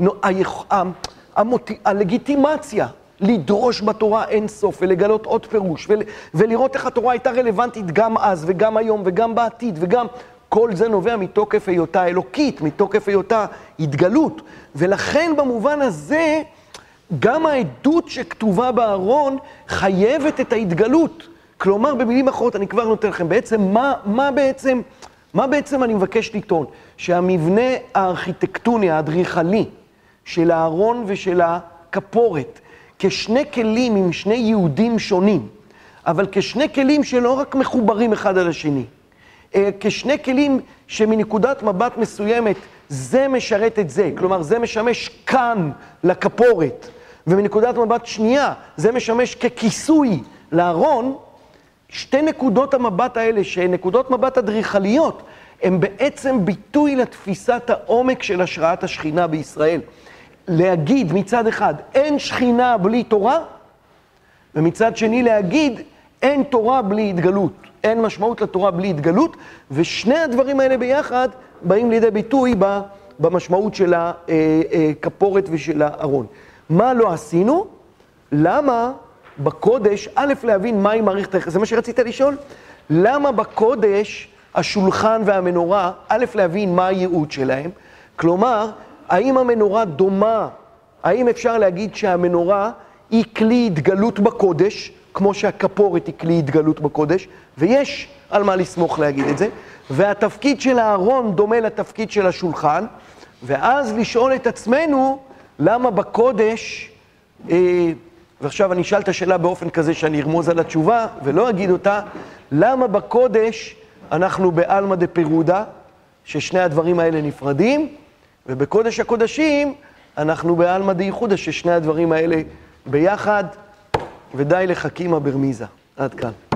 S1: הלגיטימציה לדרוש בתורה אין סוף ולגלות עוד פירוש, ול... ולראות איך התורה הייתה רלוונטית גם אז וגם היום וגם בעתיד וגם... כל זה נובע מתוקף היותה אלוקית, מתוקף היותה התגלות. ולכן במובן הזה, גם העדות שכתובה בארון חייבת את ההתגלות. כלומר, במילים אחרות, אני כבר נותן לכם, בעצם מה, מה בעצם, מה בעצם אני מבקש לטעון? שהמבנה הארכיטקטוני, האדריכלי, של הארון ושל הכפורת, כשני כלים עם שני יהודים שונים, אבל כשני כלים שלא רק מחוברים אחד על השני, כשני כלים שמנקודת מבט מסוימת זה משרת את זה, כלומר זה משמש כאן לכפורת, ומנקודת מבט שנייה זה משמש ככיסוי לארון. שתי נקודות המבט האלה, שהן נקודות מבט אדריכליות, הן בעצם ביטוי לתפיסת העומק של השראת השכינה בישראל. להגיד מצד אחד אין שכינה בלי תורה, ומצד שני להגיד אין תורה בלי התגלות. אין משמעות לתורה בלי התגלות, ושני הדברים האלה ביחד באים לידי ביטוי במשמעות של הכפורת ושל הארון. מה לא עשינו? למה בקודש, א' להבין מהי מערכת היחסים, זה מה שרצית לשאול? למה בקודש השולחן והמנורה, א' להבין מה הייעוד שלהם, כלומר, האם המנורה דומה, האם אפשר להגיד שהמנורה היא כלי התגלות בקודש, כמו שהכפורת היא כלי התגלות בקודש, ויש על מה לסמוך להגיד את זה, והתפקיד של הארון דומה לתפקיד של השולחן, ואז לשאול את עצמנו, למה בקודש, אה, ועכשיו אני אשאל את השאלה באופן כזה שאני ארמוז על התשובה, ולא אגיד אותה, למה בקודש אנחנו בעלמא דפירודה, ששני הדברים האלה נפרדים, ובקודש הקודשים אנחנו בעלמא דייחודא ששני הדברים האלה ביחד, ודי לחכימא ברמיזא. עד כאן.